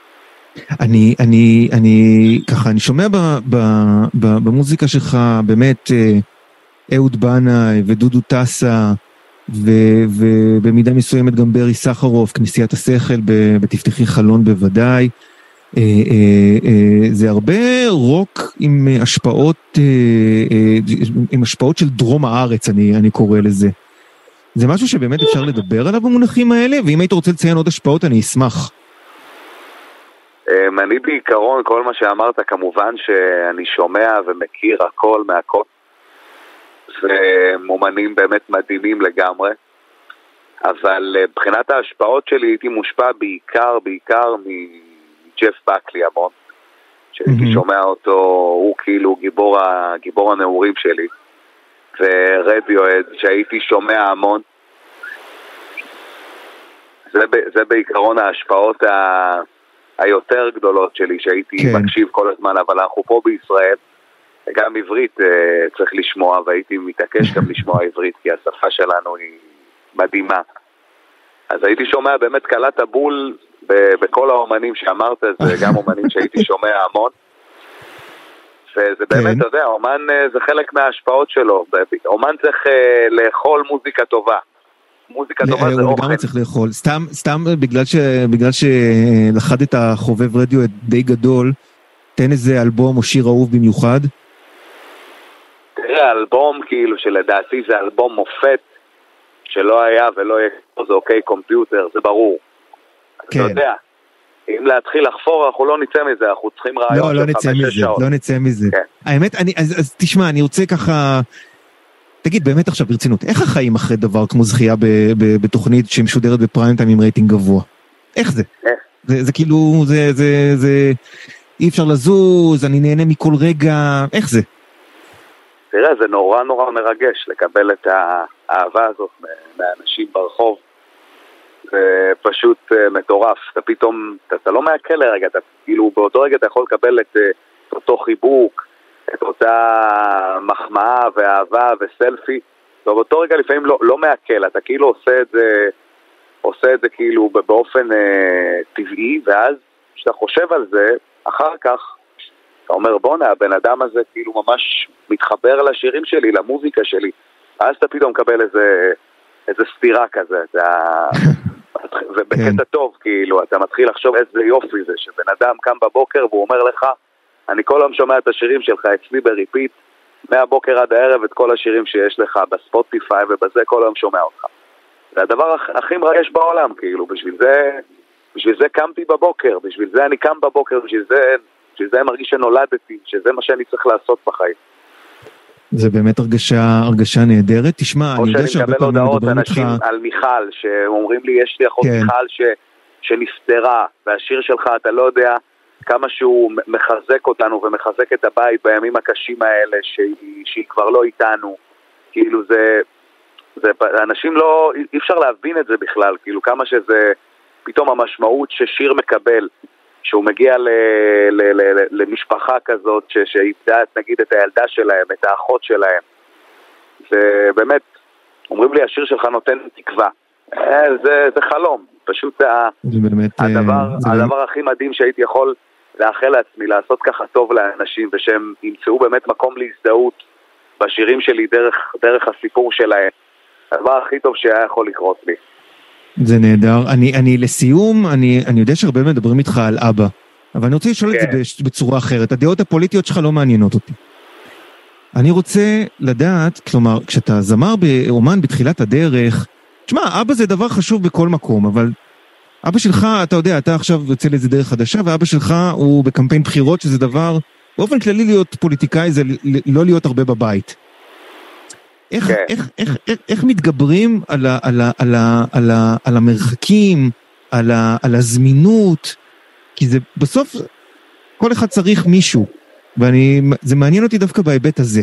[SPEAKER 3] אני שומע במוזיקה שלך באמת אהוד בנאי ודודו טסה ובמידה מסוימת גם ברי סחרוף, כנסיית השכל בתפתחי חלון בוודאי. זה הרבה רוק עם השפעות של דרום הארץ, אני קורא לזה. זה משהו שבאמת אפשר לדבר עליו במונחים האלה, ואם היית רוצה לציין עוד השפעות אני אשמח.
[SPEAKER 1] אני בעיקרון, כל מה שאמרת, כמובן שאני שומע ומכיר הכל מהכל, ומומנים באמת מדהימים לגמרי, אבל מבחינת ההשפעות שלי הייתי מושפע בעיקר מג'ף בקלי המון, שהייתי שומע אותו, הוא כאילו גיבור הנעורים שלי, ורדיואד שהייתי שומע המון. זה בעיקרון ההשפעות היותר גדולות שלי, שהייתי מקשיב כל הזמן, אבל אנחנו פה בישראל, גם עברית צריך לשמוע, והייתי מתעקש גם לשמוע עברית, כי השפה שלנו היא מדהימה. אז הייתי שומע באמת קלט הבול בכל האומנים שאמרת, זה גם אומנים שהייתי שומע המון, וזה באמת, אתה יודע, אומן זה חלק מההשפעות שלו, אומן צריך לאכול מוזיקה טובה. מוזיקה טובה זה אוכל. הוא גם
[SPEAKER 3] צריך לאכול, סתם בגלל שלחדת חובב רדיו די גדול, תן איזה אלבום או שיר אהוב במיוחד.
[SPEAKER 1] תראה, אלבום כאילו שלדעתי זה אלבום מופת, שלא היה ולא יהיה, זה אוקיי קומפיוטר, זה ברור. אתה יודע, אם להתחיל לחפור, אנחנו לא נצא מזה, אנחנו צריכים רעיון של 5-6 שעות.
[SPEAKER 3] לא נצא מזה. האמת, אז תשמע, אני רוצה ככה, תגיד באמת עכשיו ברצינות, איך החיים אחרי דבר כמו זכייה בתוכנית שמשודרת בפריים טיים עם רייטינג גבוה? איך זה? זה כאילו, זה אי אפשר לזוז, אני נהנה מכל רגע, איך זה?
[SPEAKER 1] תראה, זה נורא מרגש לקבל את האהבה הזאת מהאנשים ברחוב. זה פשוט מטורף. אתה פתאום, אתה לא מעכל לרגע, אתה כאילו באותו רגע אתה יכול לקבל את אותו חיבוק, את אותה מחמאה ואהבה וסלפי. ובאותו רגע לפעמים לא מעכל, אתה כאילו עושה את זה כאילו באופן טבעי, ואז כשאתה חושב על זה, אחר כך אתה אומר, בונה, הבן אדם הזה כאילו ממש מתחבר לשירים שלי, למוזיקה שלי. אז אתה פתאום מקבל איזה סתירה כזה, ובקטע טוב, כאילו, אתה מתחיל לחשוב איזה יופי זה, שבן אדם קם בבוקר והוא אומר לך, אני כל יום שומע את השירים שלך אצלי בריפיט, מהבוקר עד הערב את כל השירים שיש לך בספוטיפיי ובזה כל יום שומע אותך. זה הדבר הכי מרגש בעולם, כאילו, בשביל זה קמתי בבוקר, בשביל זה אני קם בבוקר, בשביל זה אני מרגיש שנולדתי, שזה מה שאני צריך לעשות בחיים.
[SPEAKER 3] זה באמת הרגשה נהדרת. תשמע, אני יודע שהרבה פעמים מדברים איתך... או שאני מקבל הודעות אנשים
[SPEAKER 1] על מיכל, שאומרים לי, יש לי אחות מיכל שנפטרה, והשיר שלך, אתה לא יודע כמה שהוא מחזק אותנו ומחזק את הבית בימים הקשים האלה, שהיא כבר לא איתנו, כאילו אנשים לא, אי אפשר להבין את זה בכלל, כאילו כמה שזה, פתאום המשמעות ששיר מקבל, שהוא מגיע למשפחה כזאת שאיבדה נגיד את הילדה שלהם, את האחות שלהם. זה באמת, אומרים לי, השיר שלך נותן תקווה. זה חלום. פשוט הדבר הכי מדהים שהייתי יכול לאחל לעצמי, לעשות ככה טוב לאנשים, ושהם ימצאו באמת מקום להזדהות בשירים שלי דרך הסיפור שלהם. הדבר הכי טוב שהיה יכול לקרות לי.
[SPEAKER 3] זה נהדר. אני לסיום, אני יודע שהרבה מדברים איתך על אבא, אבל אני רוצה לשאול את זה בצורה אחרת. הדעות הפוליטיות שלך לא מעניינות אותי. אני רוצה לדעת, כלומר, כשאתה זמר באומן בתחילת הדרך, תשמע, אבא זה דבר חשוב בכל מקום, אבל אבא שלך, אתה יודע, אתה עכשיו יוצא לאיזה דרך חדשה, ואבא שלך הוא בקמפיין בחירות, שזה דבר, באופן כללי להיות פוליטיקאי זה לא להיות הרבה בבית. איך מתגברים על המרחקים, על הזמינות, כי זה בסוף כל אחד צריך מישהו, וזה מעניין אותי דווקא בהיבט הזה.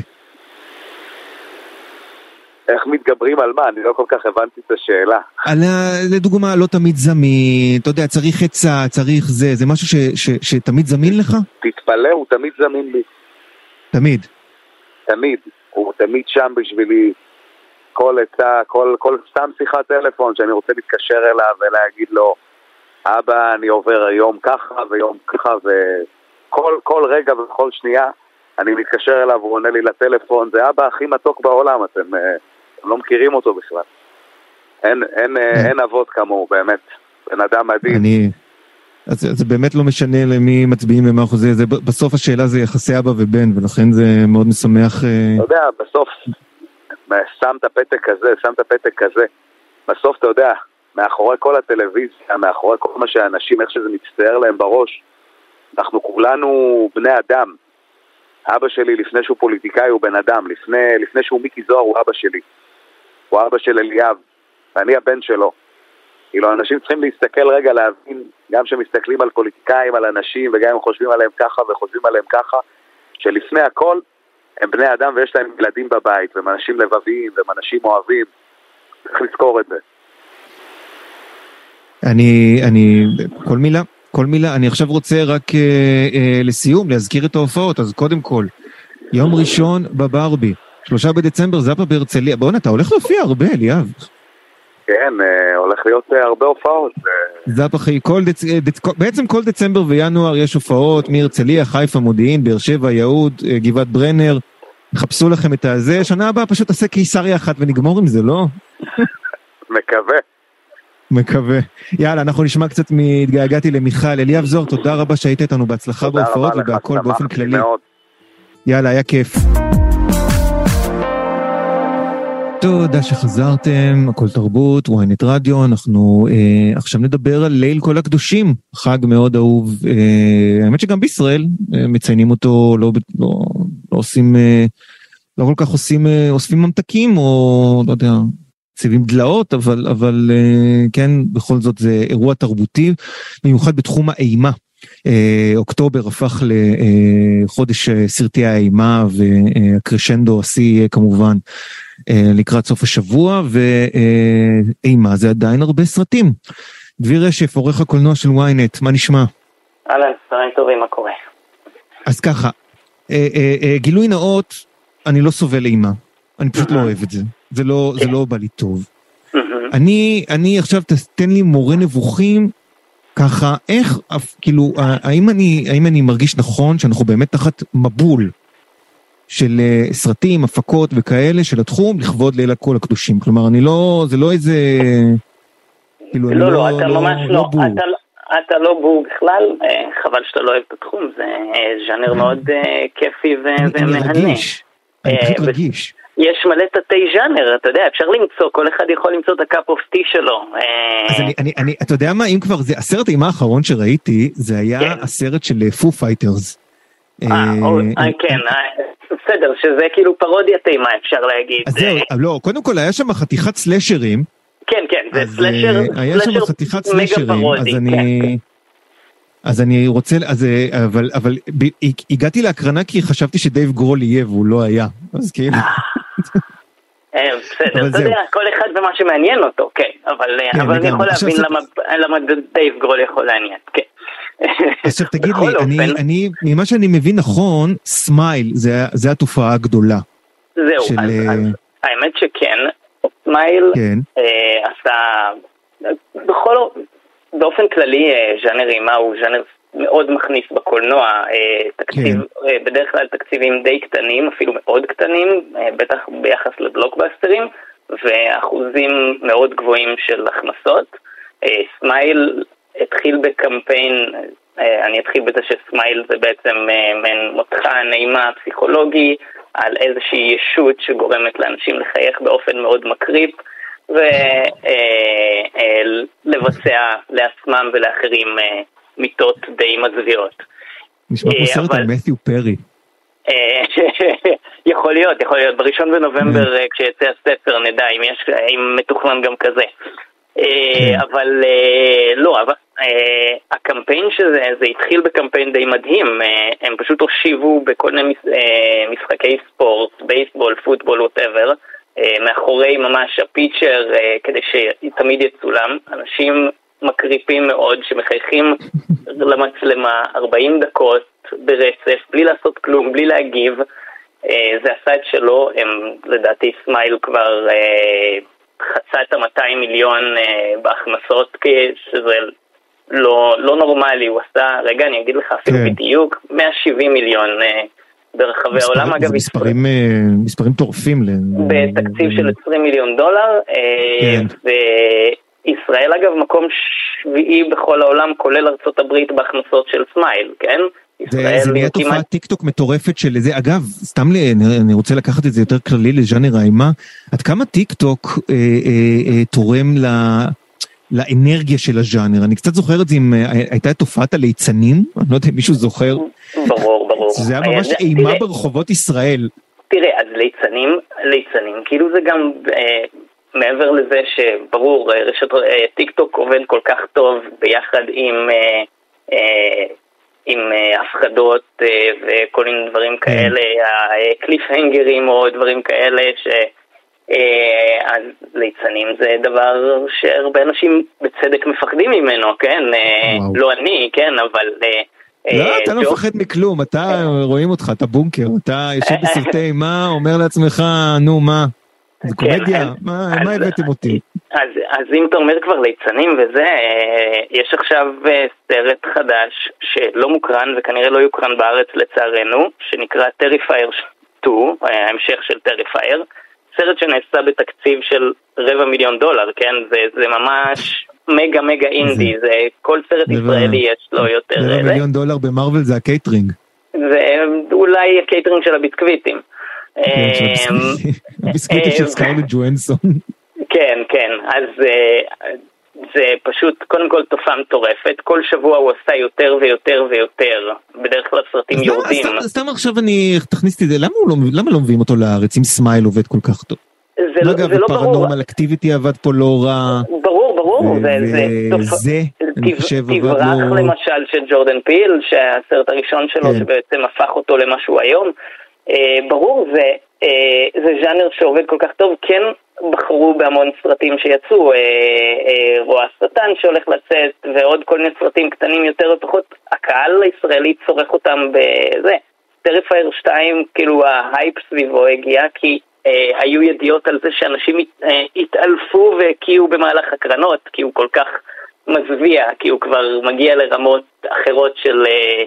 [SPEAKER 1] איך מתגברים על מה? אני לא כל כך הבנתי את השאלה.
[SPEAKER 3] לדוגמה, לא תמיד זמין, אתה יודע, צריך עצה, צריך זה משהו שתמיד זמין לך?
[SPEAKER 1] תתפלא, הוא תמיד זמין לי.
[SPEAKER 3] תמיד?
[SPEAKER 1] תמיד. הוא תמיד שם בשבילי. כל עצה, כל סתם שיחת טלפון שאני רוצה להתקשר אליו ולהגיד לו, אבא, אני עובר היום ככה ויום ככה, וכל רגע וכל שנייה אני מתקשר אליו, הוא עונה לי לטלפון, זה אבא הכי מתוק בעולם, אתם לא מכירים אותו בכלל. אין אבות כמוהו, באמת. בן אדם מדהים.
[SPEAKER 3] אז זה באמת לא משנה למי מצביעים ומה חוזה, בסוף השאלה זה יחסי אבא ובן, ולכן זה מאוד משמח.
[SPEAKER 1] אתה יודע, בסוף שמת פתק כזה, בסוף אתה יודע, מאחורי כל הטלוויזיה, מאחורי כל מה שהאנשים, איך שזה מצטער להם בראש, אנחנו כולנו בני אדם. אבא שלי לפני שהוא פוליטיקאי הוא בן אדם, לפני שהוא מיקי זוהר הוא אבא שלי, הוא אבא של אליאב, ואני הבן שלו. כאילו, אנשים צריכים להסתכל רגע, להבין, גם שמסתכלים על פוליטיקאים, על אנשים, וגם הם חושבים עליהם ככה וחושבים עליהם ככה, שלפני הכל הם בני אדם ויש להם ילדים בבית, והם אנשים לבביים, והם אנשים אוהבים. צריך לזכור את זה.
[SPEAKER 3] כל מילה, אני עכשיו רוצה רק לסיום, להזכיר את ההופעות, אז קודם כל, יום ראשון בברבי, 3 בדצמבר, זאפה בהרצליה, בוא'נה, אתה הולך להופיע הרבה, אליאב.
[SPEAKER 1] כן, הולך להיות הרבה הופעות.
[SPEAKER 3] זאפה בעצם כל דצמבר וינואר יש הופעות, מהרצליה, חיפה, מודיעין, באר שבע, יהוד, גבעת ברנר, חפשו לכם את הזה, שנה הבאה פשוט עשה קיסריה אחת ונגמור עם זה, לא? מקווה. יאללה, אנחנו נשמע קצת התגעגעתי למיכל. אליאב זוהר, תודה רבה שהיית איתנו, בהצלחה בהופעות ובהכל באופן כללי. יאללה, היה כיף. תודה שחזרתם, הכל תרבות, ynet רדיו, אנחנו עכשיו נדבר על ליל כל הקדושים, חג מאוד אהוב, האמת שגם בישראל מציינים אותו, לא עושים, לא כל כך אוספים ממתקים, או לא יודע, צבעים דלאות, אבל כן, בכל זאת זה אירוע תרבותי, במיוחד בתחום האימה. אוקטובר הפך לחודש סרטי האימה, והקרשנדו השיא כמובן לקראת סוף השבוע, ואימה זה עדיין הרבה סרטים. דביר רשף, עורך הקולנוע של ynet, מה נשמע?
[SPEAKER 5] אהלן, צהריים טובים, מה קורה?
[SPEAKER 3] אז ככה, גילוי נאות, אני לא סובל אימה, אני פשוט לא אוהב את זה. זה לא בא לי טוב. אני עכשיו תתן לי מורה נבוכים, ככה, איך, כאילו, האם אני מרגיש נכון שאנחנו באמת תחת מבול של סרטים, הפקות וכאלה של התחום, לכבוד ליל כל הקדושים. כלומר, זה לא איזה, כאילו,
[SPEAKER 5] לא, אתה ממש לא, אתה לא בור בכלל, חבל שאתה לא אוהב את התחום, זה ז'אנר מאוד כיפי ומהנה.
[SPEAKER 3] אני פשוט רגיש.
[SPEAKER 5] יש מלא תתי ז'אנר, אתה יודע, אפשר למצוא, כל אחד יכול למצוא את הקאפ אוף טי שלו.
[SPEAKER 3] אז אתה יודע מה, אם כבר זה, הסרט האימה האחרון שראיתי, זה היה הסרט של פו פייטרס.
[SPEAKER 5] כן, בסדר, שזה כאילו פרודיית אימה, אפשר להגיד.
[SPEAKER 3] אז זהו, לא, קודם כל היה שם חתיכת סלשרים.
[SPEAKER 5] כן, זה סלשר,
[SPEAKER 3] היה שם חתיכת סלשרים, אז אני רוצה, אבל הגעתי להקרנה כי חשבתי שדייב גרול יהיה והוא לא היה, אז כאילו.
[SPEAKER 5] בסדר, אתה יודע, כל אחד ומה שמעניין אותו, כן, אבל אני יכול להבין למה דייב גרול יכול לעניין, כן.
[SPEAKER 3] עכשיו תגיד לי, ממה שאני מבין נכון, סמייל, זה התופעה הגדולה.
[SPEAKER 5] זהו, האמת שכן, סמייל עשה, באופן כללי, ז'אנר אימה הוא ז'אנר מאוד מכניס בקולנוע, בדרך כלל תקציבים די קטנים, אפילו מאוד קטנים, בטח ביחס לבלוקבאסטרים, ואחוזים מאוד גבוהים של הכנסות. סמייל התחיל בקמפיין, אני אתחיל בזה שסמייל זה בעצם מעין מותחה נעימה פסיכולוגי, על איזושהי ישות שגורמת לאנשים לחייך באופן מאוד מקריפ, ולבצע לעצמם ולאחרים מיטות די מזוויעות.
[SPEAKER 3] נשמע כמו סרט על מת'יו פרי.
[SPEAKER 5] יכול להיות, בראשון בנובמבר כשיצא הספר נדע אם מתוכנן גם כזה. אבל לא, הקמפיין שזה התחיל בקמפיין די מדהים, הם פשוט הושיבו בכל מיני משחקי ספורט, בייסבול, פוטבול, whatever, מאחורי ממש הפיצ'ר כדי שתמיד יצולם, אנשים מקריפים מאוד שמחייכים למצלמה 40 דקות ברצף, בלי לעשות כלום, בלי להגיב. זה עשה את שלו, לדעתי סמייל כבר חצה את 200 מיליון בהכנסות, שזה לא נורמלי. הוא עשה, רגע אני אגיד לך אפילו בדיוק, 170 מיליון ברחבי העולם. אגב,
[SPEAKER 3] מספרים טורפים.
[SPEAKER 5] בתקציב של $20 מיליון, וישראל אגב מקום שביעי בכל העולם, כולל ארצות הברית בהכנסות של סמייל, כן?
[SPEAKER 3] זה נהיה תופעת טיקטוק מטורפת של זה. אגב, סתם אני רוצה לקחת את זה יותר כללי לז'אנר האימה. עד כמה טיקטוק תורם לאנרגיה של הז'אנר? אני קצת זוכר את זה אם הייתה תופעת הליצנים, אני לא יודע אם מישהו זוכר.
[SPEAKER 5] ברור.
[SPEAKER 3] זה היה ממש אימה ברחובות ישראל.
[SPEAKER 5] תראה, אז ליצנים, כאילו זה גם מעבר לזה שברור, טיקטוק עובד כל כך טוב ביחד עם הפחדות וכל מיני דברים כאלה, הקליפהנגרים או דברים כאלה, אז ליצנים זה דבר שהרבה אנשים בצדק מפחדים ממנו, כן? לא אני, כן, אבל
[SPEAKER 3] לא, אתה לא מפחד מכלום, אתה רואים אותך, אתה בונקר, אתה יושב בסרטי אימה, אומר לעצמך, נו מה, זה קומדיה, מה הבאתם אותי?
[SPEAKER 5] אז אם אתה אומר כבר ליצנים וזה, יש עכשיו סרט חדש שלא מוקרן וכנראה לא יוקרן בארץ לצערנו, שנקרא טריפייר 2, ההמשך של טריפייר, סרט שנעשה בתקציב של $250,000, כן? זה ממש מגה אינדי, זה כל סרט ישראלי יש לו יותר.
[SPEAKER 3] $250,000 במרוול זה הקייטרינג.
[SPEAKER 5] זה אולי הקייטרינג של הביסקוויטים.
[SPEAKER 3] הביסקוויטים של סקרלט ג'ואנסון.
[SPEAKER 5] כן, אז זה פשוט קודם כל תופעה מטורפת, כל שבוע הוא עשה יותר ויותר ויותר, בדרך כלל סרטים יורדים.
[SPEAKER 3] סתם עכשיו אני תכניסתי את זה, למה לא מביאים אותו לארץ אם סמייל עובד כל כך טוב?
[SPEAKER 5] זה לא ברור.
[SPEAKER 3] פרנורמל אקטיביטי עבד פה לא רע.
[SPEAKER 5] ברור, זה תברח למשל של ג'ורדן פיל, שהסרט הראשון שלו שבעצם הפך אותו למשהו היום, ברור, זה ז'אנר שעובד כל כך טוב, כן בחרו בהמון סרטים שיצאו, רוע השטן שהולך לצאת, ועוד כל מיני סרטים קטנים יותר ופחות, הקהל הישראלי צורך אותם בזה. טריפייר 2, כאילו ההייפ סביבו הגיע, כי היו ידיעות על זה שאנשים התעלפו והקיעו במהלך הקרנות, כי הוא כל כך מזוויע, כי הוא כבר מגיע לרמות אחרות של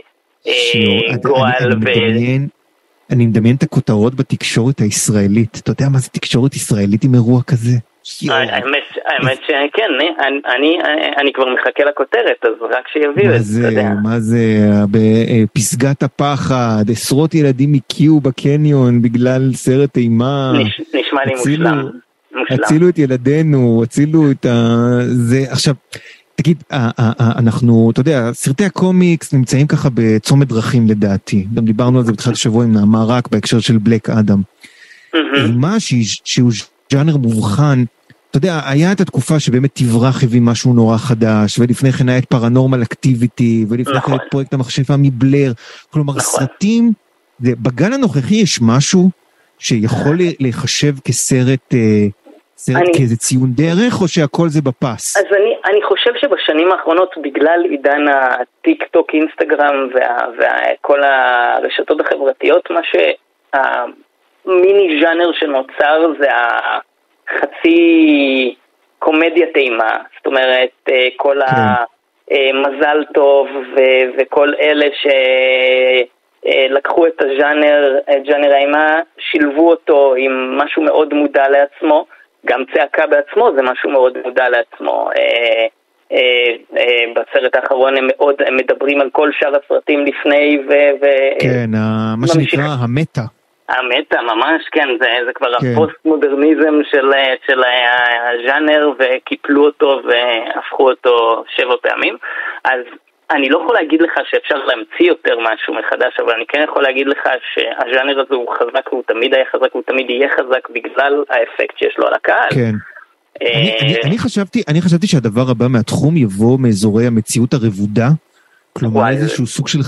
[SPEAKER 5] גועל
[SPEAKER 3] אני מדמיין את הכותרות בתקשורת הישראלית. אתה יודע מה זה תקשורת ישראלית עם אירוע כזה?
[SPEAKER 5] האמת שכן, אני כבר מחכה לכותרת, אז רק שיביאו את זה.
[SPEAKER 3] מה זה, בפסגת הפחד, עשרות ילדים הקיעו בקניון בגלל סרט אימה.
[SPEAKER 5] נשמע לי מושלם.
[SPEAKER 3] הצילו את ילדינו, הצילו את זה. עכשיו, תגיד, אנחנו, אתה יודע, סרטי הקומיקס נמצאים ככה בצומת דרכים לדעתי. גם דיברנו על זה בתחילת השבוע עם נעמה רק בהקשר של בלק אדם. מה שהוא ז'אנר מובחן, אתה יודע, היה את התקופה שבאמת תברח הביא משהו נורא חדש, ולפני כן היה את פרנורמל אקטיביטי, ולפני כן את פרויקט המחשבה מבלר. כלומר, סרטים, בגל הנוכחי יש משהו שיכול להיחשב כסרט, כאיזה ציון דרך, או שהכל זה בפס?
[SPEAKER 5] אז אני חושב שבשנים האחרונות, בגלל עידן הטיק טוק, אינסטגרם וכל הרשתות החברתיות, מה שהמיני ז'אנר שנוצר זה החצי קומדיה טעימה, זאת אומרת כל המזל טוב וכל אלה שלקחו את ג'אנר האימה, שילבו אותו עם משהו מאוד מודע לעצמו, גם צעקה בעצמו זה משהו מאוד מודע לעצמו. בסרט האחרון הם מדברים על כל שאר הסרטים לפני
[SPEAKER 3] כן, מה שנקרא המטה.
[SPEAKER 5] המטה ממש, כן, זה כבר הפוסט-מודרניזם של הז'אנר, וקיפלו אותו והפכו אותו 7 פעמים. אז אני לא יכול להגיד לך שאפשר להמציא יותר משהו מחדש, אבל אני כן יכול להגיד לך שהז'אנר הזה הוא חזק, והוא תמיד היה חזק, והוא תמיד יהיה חזק בגלל האפקט שיש לו על הקהל.
[SPEAKER 3] כן. אני חשבתי שהדבר הבא מהתחום יבוא מאזורי המציאות הרבודה, כלומר איזשהו סוג של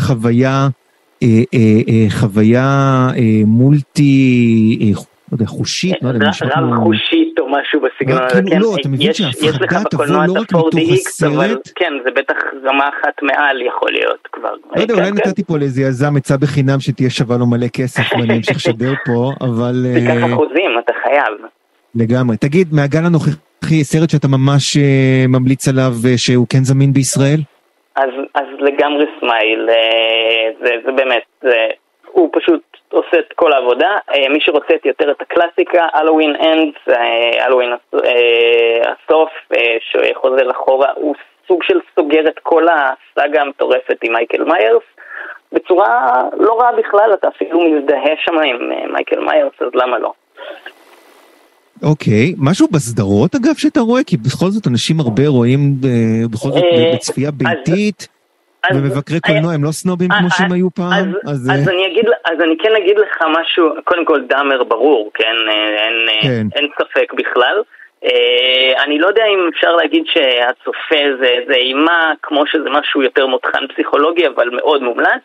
[SPEAKER 3] חוויה מולטי, לא יודע, חושית, לא יודע,
[SPEAKER 5] רב חושית או משהו בסגנון הזה, כן,
[SPEAKER 3] לא, אתה מבין שההפחדה תבוא לא רק מתוך הסרט,
[SPEAKER 5] כן, זה בטח רמה אחת מעל יכול להיות כבר.
[SPEAKER 3] לא יודע, אולי נתתי פה לאיזה יזם עצה בחינם שתהיה שווה לו מלא כסף, ואני אמשיך שדר פה, אבל...
[SPEAKER 5] תיקח אחוזים, אתה חייב.
[SPEAKER 3] לגמרי. תגיד, מהגל הנוכחי, סרט שאתה ממש ממליץ עליו שהוא כן זמין בישראל?
[SPEAKER 5] אז לגמרי סמייל, זה באמת, הוא פשוט עושה את כל העבודה. מי שרוצה יותר את הקלאסיקה, הלווין אנדס, הלווין הסוף, שחוזר אחורה, הוא סוג של סוגר את כל הסאגה המטורפת עם מייקל מיירס, בצורה לא רעה בכלל, אתה אפילו מזדהה שם עם מייקל מיירס, אז למה לא?
[SPEAKER 3] אוקיי, משהו בסדרות אגב שאתה רואה? כי בכל זאת אנשים הרבה רואים בכל זאת בצפייה ביתית, ומבקרי קולנוע הם לא סנובים כמו שהם היו פעם?
[SPEAKER 5] אז אני כן אגיד לך משהו, קודם כל דאמר ברור, כן, אין ספק בכלל. אני לא יודע אם אפשר להגיד שהצופה זה אימה, כמו שזה משהו יותר מותחן פסיכולוגי, אבל מאוד מומלץ.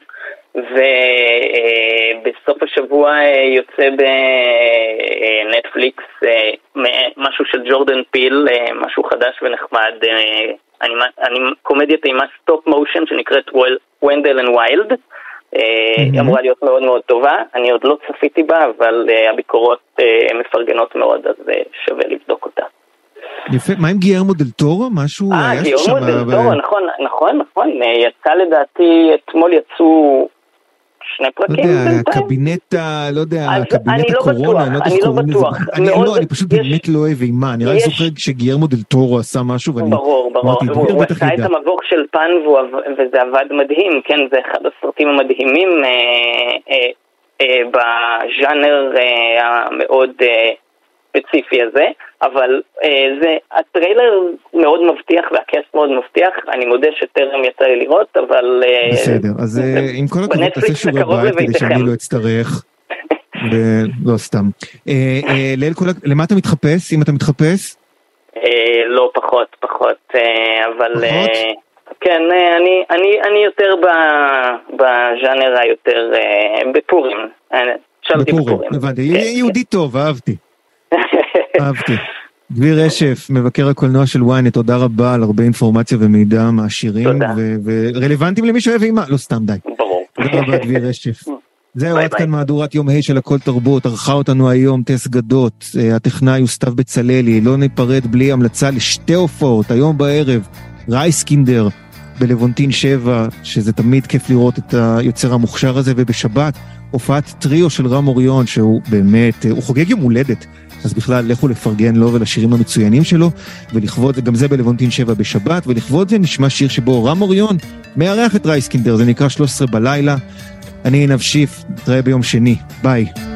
[SPEAKER 5] ובסוף השבוע יוצא בנטפליקס משהו של ג'ורדן פיל, משהו חדש ונחמד, קומדיית אימה סטופ מושן שנקראת ונדל אנד ויילד. היא אמורה להיות מאוד מאוד טובה, אני עוד לא צפיתי בה, אבל הביקורות מפרגנות מאוד, אז שווה לבדוק אותה.
[SPEAKER 3] יפה, מה עם גיירמו דל טורו? משהו
[SPEAKER 5] גיירמו דל טורו, נכון, יצא לדעתי, אתמול יצאו 2 פרקים.
[SPEAKER 3] לא יודע, קבינט הקורונה,
[SPEAKER 5] אני לא בטוח.
[SPEAKER 3] אני פשוט באמת לא אוהב אימה, אני רק זוכר שגיירמו דל טורו עשה משהו,
[SPEAKER 5] ברור, הוא עשה את המבוך של פן, וזה עבד מדהים, כן, זה אחד הסרטים המדהימים בז'אנר המאוד ספציפי הזה, אבל הטריילר מאוד מבטיח והקאסט מאוד מבטיח, אני מודה שטרם יצא לי לראות, אבל
[SPEAKER 3] בסדר, אז עם כל הכבוד תעשה שיעורי בית כדי שאני לא אצטרך, לא סתם. למה אתה מתחפש, אם אתה מתחפש?
[SPEAKER 5] לא, פחות, אבל כן, אני יותר בז'אנר היותר בפורים,
[SPEAKER 3] בפורים, הבנתי, יהודי טוב, אהבתי. דביר רשף, מבקר הקולנוע של ynet, תודה רבה על הרבה אינפורמציה ומידע מעשירים ורלוונטיים למי שאוהב אימה, לא סתם די.
[SPEAKER 5] ברור.
[SPEAKER 3] תודה רבה דביר רשף. זהו, עד כאן מהדורת יום ה' של הכל תרבות, ערכה אותנו היום טס גדות, הטכנאי הוא סתיו בצללי, לא ניפרד בלי המלצה לשתי הופעות, היום בערב, רייסקינדר בלוונטין 7, שזה תמיד כיף לראות את היוצר המוכשר הזה, ובשבת הופעת טריו של רם אוריון, שהוא באמת, הוא חוגג יום הולדת, אז בכלל לכו לפרגן לו ולשירים המצוינים שלו, ולכבוד זה, גם זה בלוונטין 7 בשבת, ולכבוד זה נשמע שיר שבו רם אוריון מארח את רייסקינדר, זה נקרא 13 בלילה. אני נבשיף, נתראה ביום שני, ביי.